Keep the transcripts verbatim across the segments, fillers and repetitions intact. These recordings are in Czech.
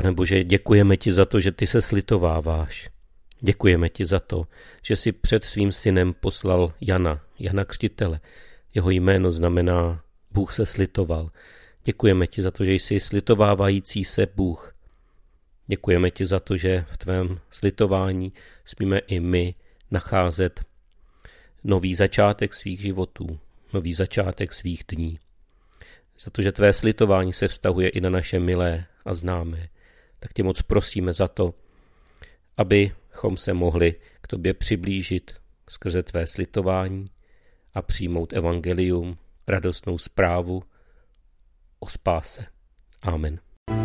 Pane Bože, děkujeme ti za to, že ty se slitováváš. Děkujeme ti za to, že jsi před svým synem poslal Jana, Jana Křtitele. Jeho jméno znamená Bůh se slitoval. Děkujeme ti za to, že jsi slitovávající se Bůh. Děkujeme ti za to, že v tvém slitování smíme i my nacházet nový začátek svých životů, nový začátek svých dní. Za to, že tvé slitování se vztahuje i na naše milé a známé, tak tě moc prosíme za to, abychom se mohli k tobě přiblížit skrze tvé slitování a přijmout evangelium, radostnou zprávu o spáse. Amen.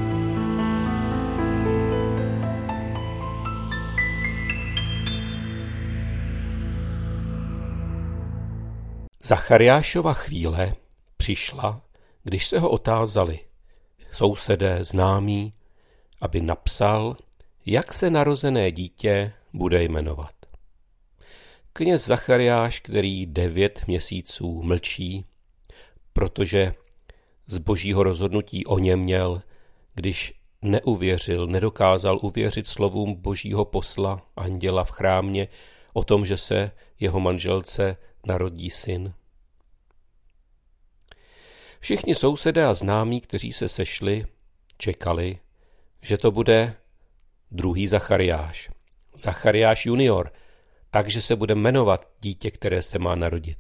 Zachariášova chvíle přišla, když se ho otázali sousedé, známí, aby napsal, jak se narozené dítě bude jmenovat. Kněz Zachariáš, který devět měsíců mlčí, protože z božího rozhodnutí o něm měl, když neuvěřil, nedokázal uvěřit slovům božího posla, anděla v chrámě, o tom, že se jeho manželce narodí syn. Všichni sousedé a známí, kteří se sešli, čekali, že to bude druhý Zachariáš. Zachariáš junior, takže se bude jmenovat dítě, které se má narodit.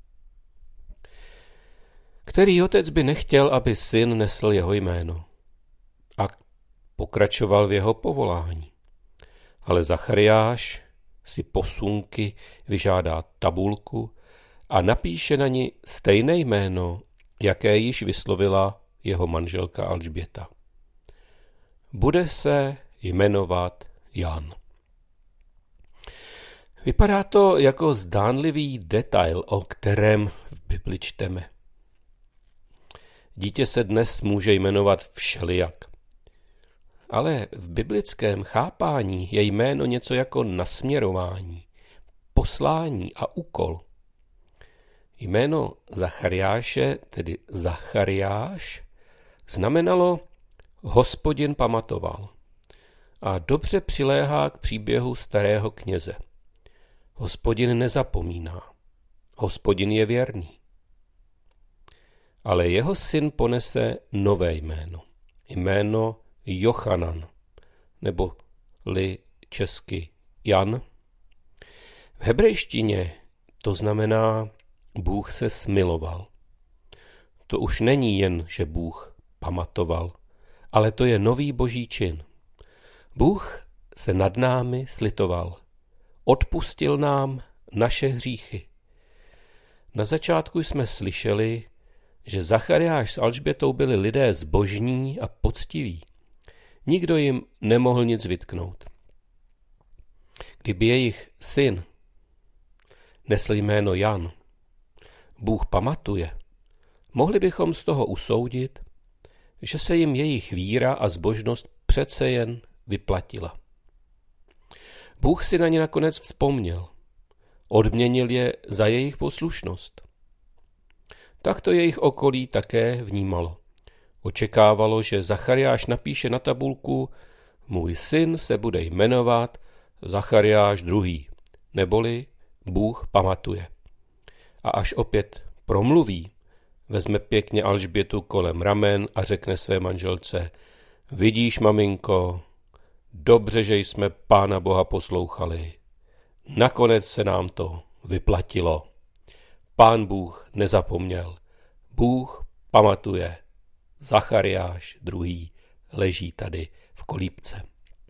Který otec by nechtěl, aby syn nesl jeho jméno a pokračoval v jeho povolání. Ale Zachariáš si posunky vyžádá tabulku a napíše na ní stejné jméno, jaké již vyslovila jeho manželka Alžběta. Bude se jmenovat Jan. Vypadá to jako zdánlivý detail, o kterém v Bibli čteme. Dítě se dnes může jmenovat všelijak. Ale v biblickém chápání je jméno něco jako nasměrování, poslání a úkol. Jméno Zachariáše, tedy Zachariáš, znamenalo Hospodin pamatoval a dobře přiléhá k příběhu starého kněze. Hospodin nezapomíná, Hospodin je věrný. Ale jeho syn ponese nové jméno, jméno Jochanan, nebo-li česky Jan. V hebrejštině to znamená Bůh se smiloval. To už není jen, že Bůh pamatoval, ale to je nový boží čin. Bůh se nad námi slitoval. Odpustil nám naše hříchy. Na začátku jsme slyšeli, že Zachariáš s Alžbětou byli lidé zbožní a poctiví. Nikdo jim nemohl nic vytknout. Kdyby jejich syn nesl jméno Jan, Bůh pamatuje, mohli bychom z toho usoudit, že se jim jejich víra a zbožnost přece jen vyplatila. Bůh si na ně nakonec vzpomněl, odměnil je za jejich poslušnost. Tak to jejich okolí také vnímalo. Očekávalo, že Zachariáš napíše na tabulku: můj syn se bude jmenovat Zachariáš druhý, neboli Bůh pamatuje. A až opět promluví, vezme pěkně Alžbětu kolem ramen a řekne své manželce: vidíš, maminko, dobře, že jsme Pána Boha poslouchali. Nakonec se nám to vyplatilo. Pán Bůh nezapomněl. Bůh pamatuje. Zachariáš druhý leží tady v kolíbce.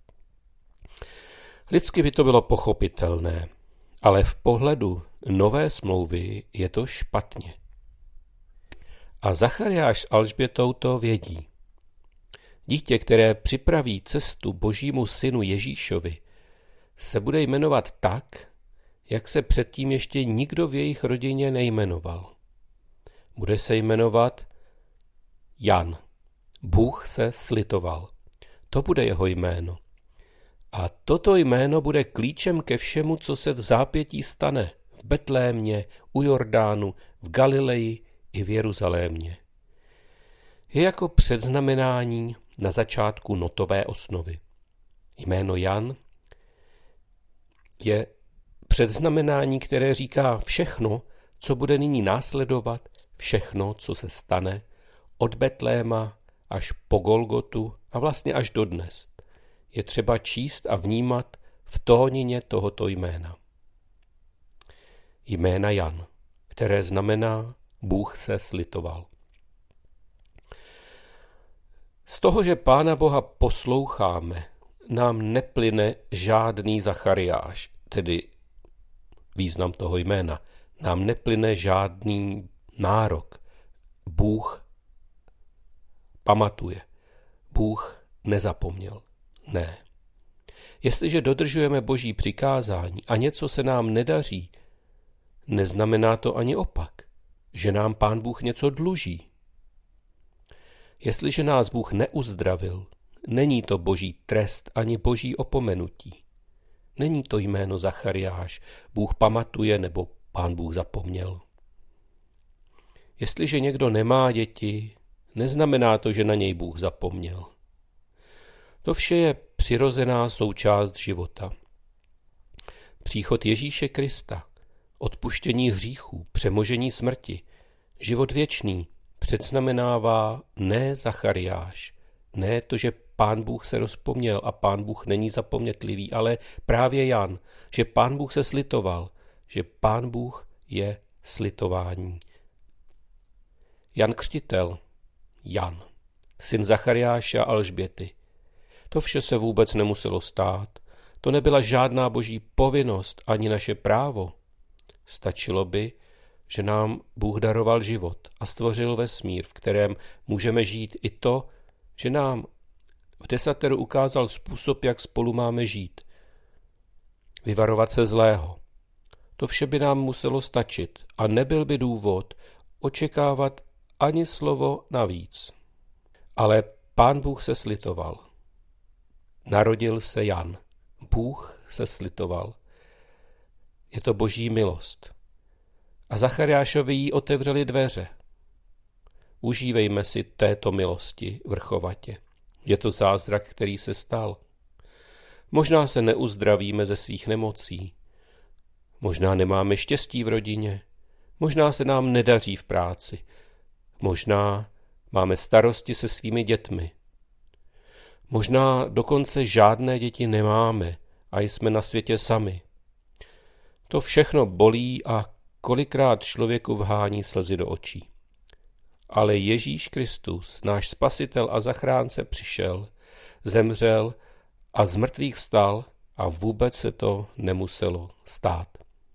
Lidsky by to bylo pochopitelné, ale v pohledu nové smlouvy je to špatně. A Zachariáš s Alžbětou to vědí. Dítě, které připraví cestu Božímu synu Ježíšovi, se bude jmenovat tak, jak se předtím ještě nikdo v jejich rodině nejmenoval. Bude se jmenovat Jan. Bůh se slitoval. To bude jeho jméno. A toto jméno bude klíčem ke všemu, co se v zápětí stane v Betlémě, u Jordánu, v Galileji i v Jeruzalémě. Je jako předznamenání na začátku notové osnovy. Jméno Jan je předznamenání, které říká všechno, co bude nyní následovat, všechno, co se stane, od Betléma až po Golgotu a vlastně až dodnes. Je třeba číst a vnímat v tónině tohoto jména. Jména Jan, které znamená Bůh se slitoval. Z toho, že Pána Boha posloucháme, nám neplyne žádný Zachariáš, tedy význam toho jména. Nám neplyne žádný nárok. Bůh pamatuje. Bůh nezapomněl. Ne. Jestliže dodržujeme Boží přikázání a něco se nám nedaří, neznamená to ani opak, že nám Pán Bůh něco dluží. Jestliže nás Bůh neuzdravil, není to Boží trest ani Boží opomenutí. Není to jméno Zachariáš, Bůh pamatuje nebo Pán Bůh zapomněl. Jestliže někdo nemá děti, neznamená to, že na něj Bůh zapomněl. To vše je přirozená součást života. Příchod Ježíše Krista, odpuštění hříchů, přemožení smrti, život věčný předznamenává ne Zachariáš, ne to, že Pán Bůh se rozpomněl a Pán Bůh není zapomnětlivý, ale právě Jan, že Pán Bůh se slitoval, že Pán Bůh je slitování. Jan Křtitel, Jan, syn Zachariáše a Alžběty. To vše se vůbec nemuselo stát. To nebyla žádná boží povinnost ani naše právo. Stačilo by, že nám Bůh daroval život a stvořil vesmír, v kterém můžeme žít, i to, že nám v desateru ukázal způsob, jak spolu máme žít. Vyvarovat se zlého. To vše by nám muselo stačit a nebyl by důvod očekávat ani slovo navíc. Ale Pán Bůh se slitoval. Narodil se Jan. Bůh se slitoval. Je to boží milost. A Zachariášovi jí otevřeli dveře. Užívejme si této milosti vrchovatě. Je to zázrak, který se stal. Možná se neuzdravíme ze svých nemocí. Možná nemáme štěstí v rodině. Možná se nám nedaří v práci. Možná máme starosti se svými dětmi. Možná dokonce žádné děti nemáme a jsme na světě sami. To všechno bolí a kolikrát člověku vhání slzy do očí. Ale Ježíš Kristus, náš spasitel a zachránce, přišel, zemřel a z mrtvých vstal a vůbec se to nemuselo stát.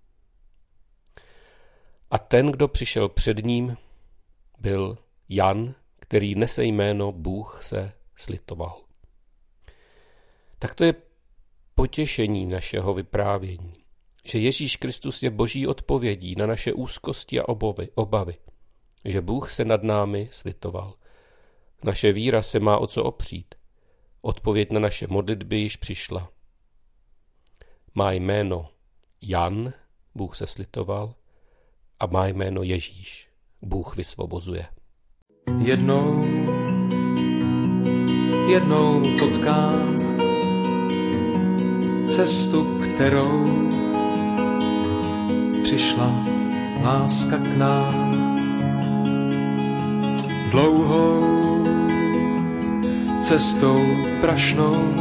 A ten, kdo přišel před ním, byl Jan, který nese jméno Bůh se slitoval. Tak to je potěšení našeho vyprávění, že Ježíš Kristus je boží odpovědí na naše úzkosti a obavy, obavy, že Bůh se nad námi slitoval. Naše víra se má o co opřít. Odpověď na naše modlitby již přišla. Má jméno Jan, Bůh se slitoval, a má jméno Ježíš, Bůh vysvobozuje. Jednou, jednou potkám cestu, kterou přišla láska k nám. Dlouhou cestou prašnou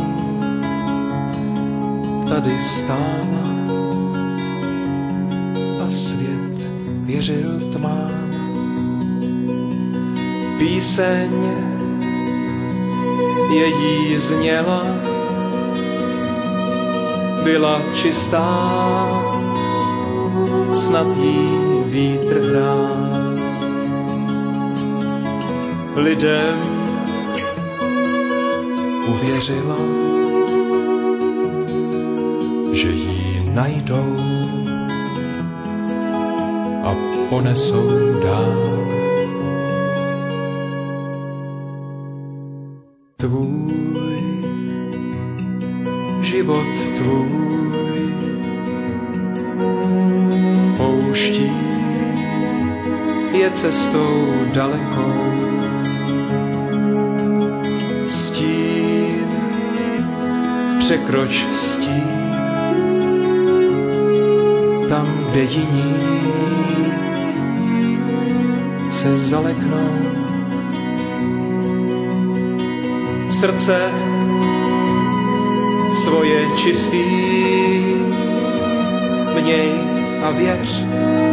tady stála a svět věřil tmám. Píseň její zněla, byla čistá, snad jí vítr hrál. Lidem uvěřila, že ji najdou a ponesou dál. Tvůj život, tvůj pouští je cestou dalekou. překroč stín, tam, kde jiní se zaleknou. Srdce svoje čistý měj a věř,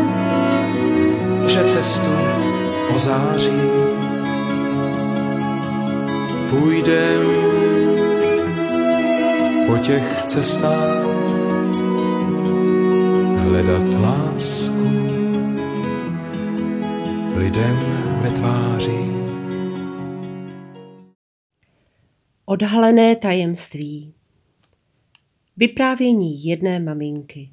že cestu ozáří. Půjdem po těch cestách hledat lásku lidem ve tváři. Odhalené tajemství. Vyprávění jedné maminky.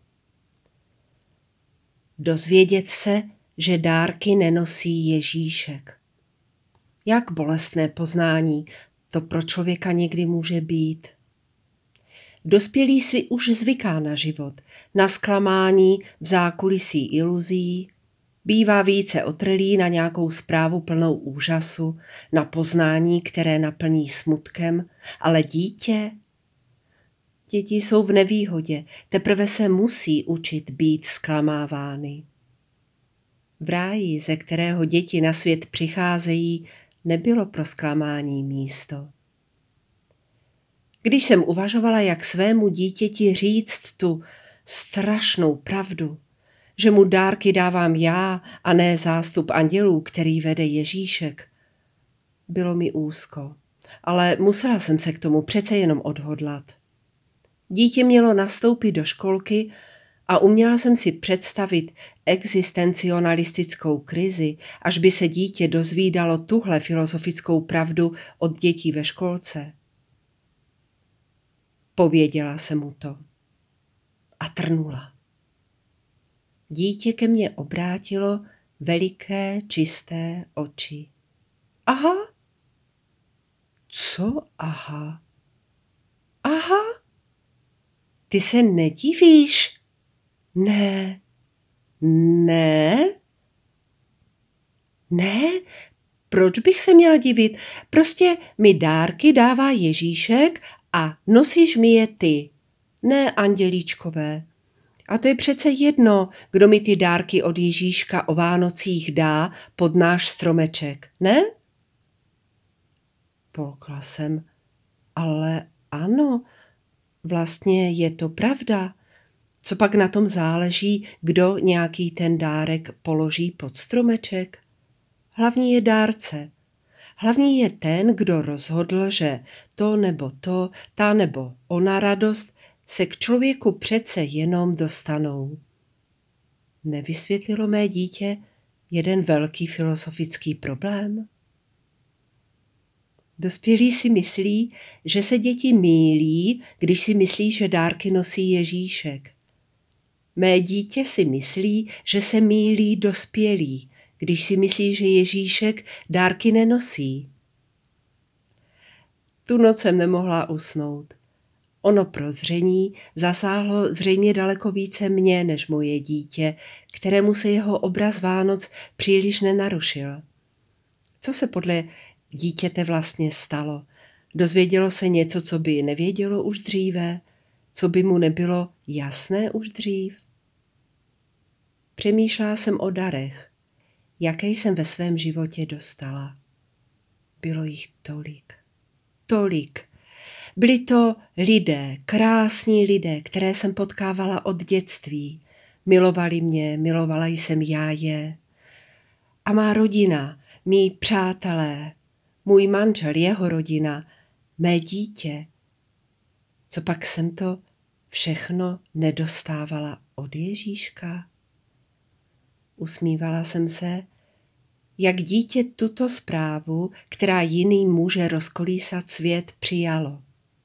Dozvědět se, že dárky nenosí Ježíšek. Jak bolestné poznání to pro člověka někdy může být. Dospělý si už zvyká na život, na zklamání v zákulisí iluzí, bývá více otrlý na nějakou zprávu plnou úžasu, na poznání, které naplní smutkem, ale dítě? Děti jsou v nevýhodě, teprve se musí učit být zklamávány. V ráji, ze kterého děti na svět přicházejí, nebylo pro zklamání místo. Když jsem uvažovala, jak svému dítěti říct tu strašnou pravdu, že mu dárky dávám já a ne zástup andělů, který vede Ježíšek, bylo mi úzko, ale musela jsem se k tomu přece jenom odhodlat. Dítě mělo nastoupit do školky a uměla jsem si představit existencionalistickou krizi, až by se dítě dozvídalo tuhle filozofickou pravdu od dětí ve školce. Pověděla jsem mu to a trnula. Dítě ke mně obrátilo veliké, čisté oči. Aha? Co aha? Aha? Ty se nedivíš? Ne. Ne? Ne? Proč bych se měla divit? Prostě mi dárky dává Ježíšek a nosíš mi je ty. Ne, andělíčkové. A to je přece jedno, kdo mi ty dárky od Ježíška o Vánocích dá pod náš stromeček, ne? Polkla jsem. Ale ano, vlastně je to pravda. Co pak na tom záleží, kdo nějaký ten dárek položí pod stromeček? Hlavní je dárce. Hlavní je ten, kdo rozhodl, že to nebo to, ta nebo ona radost se k člověku přece jenom dostanou. Nevysvětlilo mé dítě jeden velký filozofický problém? Dospělí si myslí, že se děti mýlí, když si myslí, že dárky nosí Ježíšek. Mé dítě si myslí, že se mýlí dospělí, když si myslí, že Ježíšek dárky nenosí. Tu noc jsem nemohla usnout. Ono prozření zasáhlo zřejmě daleko více mě než moje dítě, kterému se jeho obraz Vánoc příliš nenarušil. Co se podle dítěte vlastně stalo? Dozvědělo se něco, co by nevědělo už dříve? Co by mu nebylo jasné už dřív? Přemýšlela jsem o darech, jaké jsem ve svém životě dostala. Bylo jich tolik, tolik. Byli to lidé, krásní lidé, které jsem potkávala od dětství. Milovali mě, milovala jsem já je. A má rodina, mí přátelé, můj manžel, jeho rodina, mé dítě. Co pak jsem to všechno nedostávala od Ježíška? Usmívala jsem se, jak dítě tuto zprávu, která jiný může rozkolísat svět, přijalo.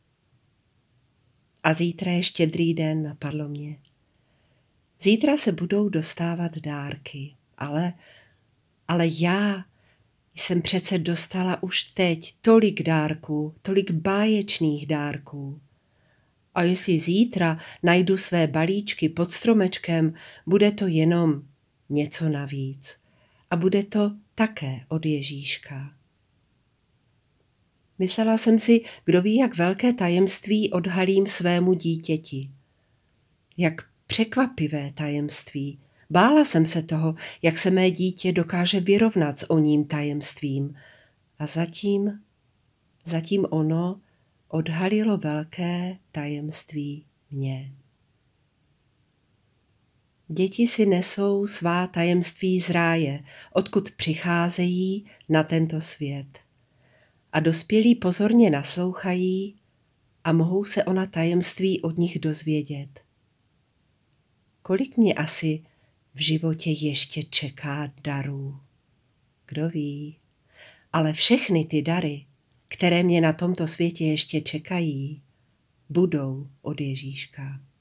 A zítra je Štědrý den, napadlo mě. Zítra se budou dostávat dárky, ale, ale já jsem přece dostala už teď tolik dárků, tolik báječných dárků. A jestli zítra najdu své balíčky pod stromečkem, bude to jenom něco navíc. A bude to také od Ježíška. Myslela jsem si, kdo ví, jak velké tajemství odhalím svému dítěti. Jak překvapivé tajemství. Bála jsem se toho, jak se mé dítě dokáže vyrovnat s oním tajemstvím. A zatím, zatím ono odhalilo velké tajemství mě. Děti si nesou svá tajemství z ráje, odkud přicházejí na tento svět. A dospělí pozorně naslouchají a mohou se ona tajemství od nich dozvědět. Kolik mě asi v životě ještě čeká darů? Kdo ví? Ale všechny ty dary, které mě na tomto světě ještě čekají, budou od Ježíška.